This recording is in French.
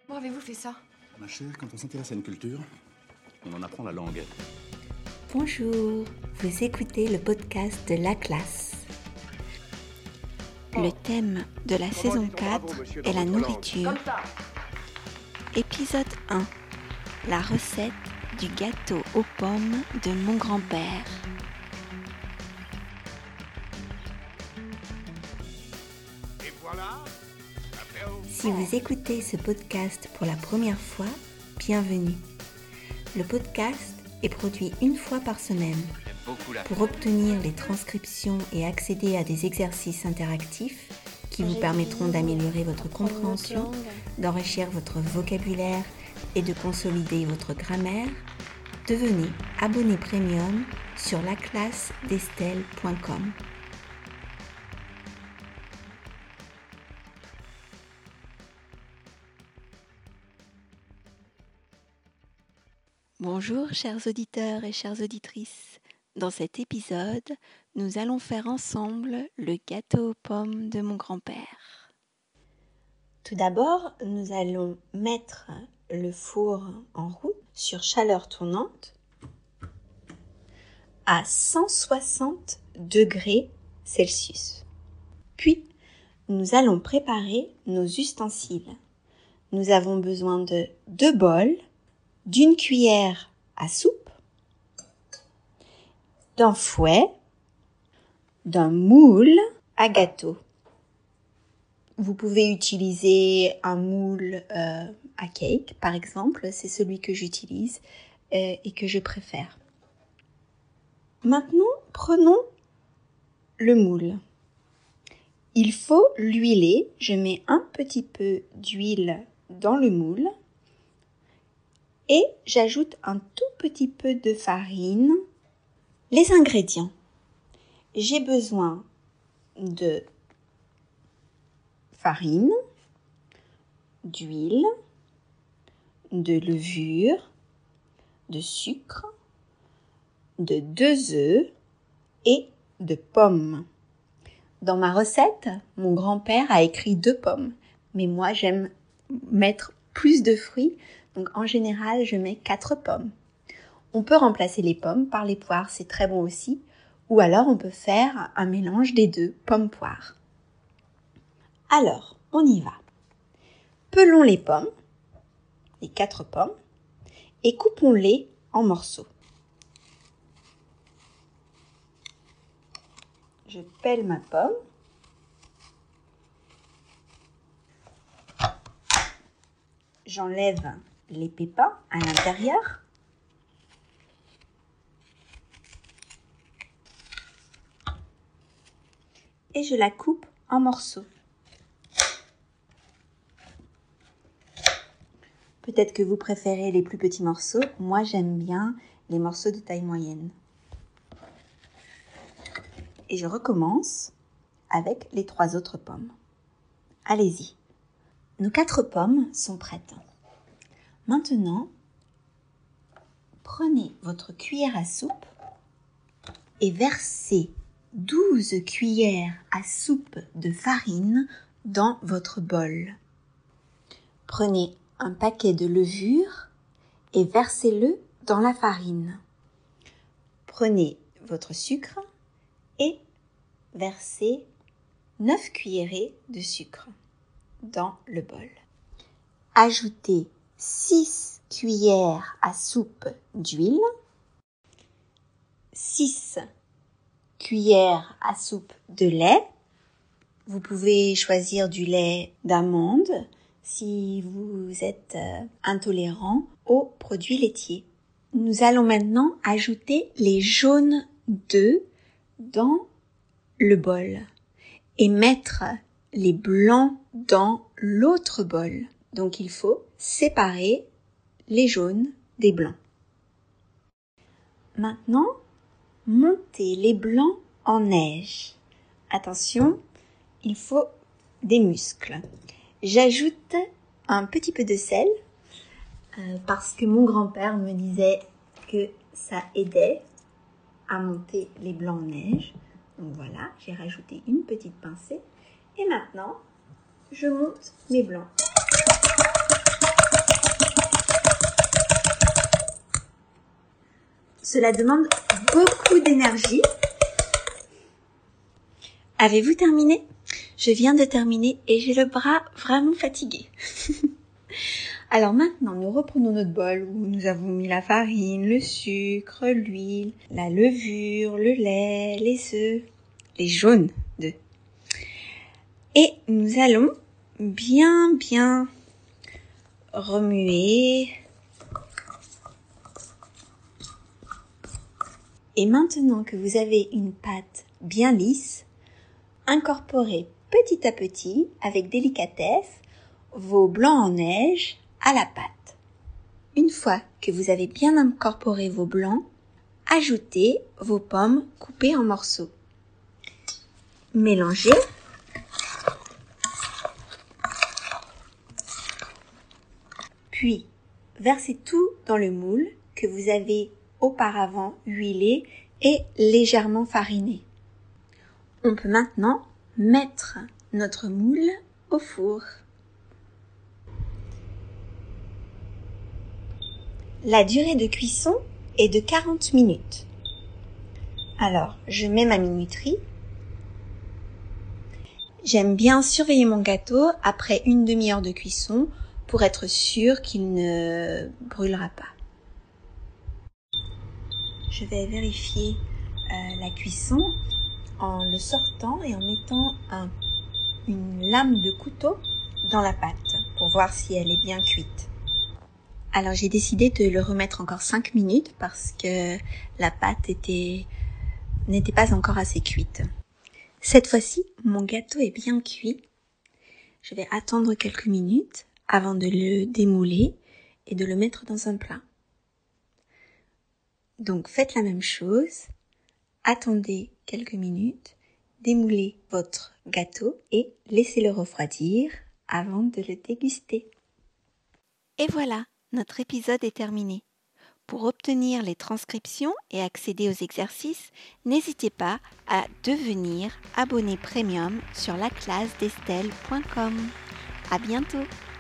Comment avez-vous fait ça? Ma chère, quand on s'intéresse à une culture, on en apprend la langue. Bonjour, vous écoutez le podcast de La Classe. Le thème de la saison 4 est la nourriture. Épisode 1. La recette du gâteau aux pommes de mon grand-père. Si vous écoutez ce podcast pour la première fois, bienvenue. Le podcast est produit une fois par semaine. Pour obtenir les transcriptions et accéder à des exercices interactifs qui vous permettront d'améliorer votre compréhension, d'enrichir votre vocabulaire et de consolider votre grammaire, devenez abonné premium sur laclassedestelle.com. Bonjour chers auditeurs et chères auditrices. Dans cet épisode, nous allons faire ensemble le gâteau aux pommes de mon grand-père. Tout d'abord, nous allons mettre le four en route sur chaleur tournante à 160 degrés Celsius. Puis, nous allons préparer nos ustensiles. Nous avons besoin de 2 bols, d'une cuillère à soupe, d'un fouet, d'un moule à gâteau. Vous pouvez utiliser un moule à cake, par exemple, c'est celui que j'utilise et que je préfère. Maintenant, prenons le moule. Il faut l'huiler. Je mets un petit peu d'huile dans le moule. Et j'ajoute un tout petit peu de farine. Les ingrédients. J'ai besoin de farine, d'huile, de levure, de sucre, de 2 œufs et de pommes. Dans ma recette, mon grand-père a écrit 2 pommes, mais moi j'aime mettre plus de fruits. Donc en général, je mets 4 pommes. On peut remplacer les pommes par les poires, c'est très bon aussi. Ou alors on peut faire un mélange des 2, pommes-poires. Alors, on y va. Pelons les pommes, les 4 pommes, et coupons-les en morceaux. Je pèle ma pomme. J'enlève les pépins à l'intérieur. Et je la coupe en morceaux. Peut-être que vous préférez les plus petits morceaux. Moi, j'aime bien les morceaux de taille moyenne. Et je recommence avec les 3 autres pommes. Allez-y. Nos 4 pommes sont prêtes. Maintenant, prenez votre cuillère à soupe et versez 12 cuillères à soupe de farine dans votre bol. Prenez un paquet de levure et versez-le dans la farine. Prenez votre sucre et versez 9 cuillerées de sucre dans le bol. Ajoutez 6 cuillères à soupe d'huile, 6 cuillères à soupe de lait. Vous pouvez choisir du lait d'amande si vous êtes intolérant aux produits laitiers. Nous allons maintenant ajouter les jaunes d'œufs dans le bol et mettre les blancs dans l'autre bol. Donc il faut séparer les jaunes des blancs. Maintenant, montez les blancs en neige. Attention, il faut des muscles. J'ajoute un petit peu de sel parce que mon grand-père me disait que ça aidait à monter les blancs en neige. Donc voilà, j'ai rajouté une petite pincée. Et maintenant, je monte mes blancs. Cela demande beaucoup d'énergie. Avez-vous terminé? Je viens de terminer et j'ai le bras vraiment fatigué. Alors maintenant, nous reprenons notre bol où nous avons mis la farine, le sucre, l'huile, la levure, le lait, les œufs, les jaunes d'œufs. Et nous allons bien remuer. Et maintenant que vous avez une pâte bien lisse, incorporez petit à petit, avec délicatesse, vos blancs en neige à la pâte. Une fois que vous avez bien incorporé vos blancs, ajoutez vos pommes coupées en morceaux. Mélangez. Puis, versez tout dans le moule que vous avez auparavant huilé et légèrement fariné. On peut maintenant mettre notre moule au four. La durée de cuisson est de 40 minutes. Alors, je mets ma minuterie. J'aime bien surveiller mon gâteau après une demi-heure de cuisson pour être sûr qu'il ne brûlera pas. Je vais vérifier la cuisson en le sortant et en mettant une lame de couteau dans la pâte pour voir si elle est bien cuite. Alors j'ai décidé de le remettre encore 5 minutes parce que la pâte n'était pas encore assez cuite. Cette fois-ci, mon gâteau est bien cuit. Je vais attendre quelques minutes avant de le démouler et de le mettre dans un plat. Donc faites la même chose, attendez quelques minutes, démoulez votre gâteau et laissez-le refroidir avant de le déguster. Et voilà, notre épisode est terminé. Pour obtenir les transcriptions et accéder aux exercices, n'hésitez pas à devenir abonné premium sur laclassedestelle.com. À bientôt!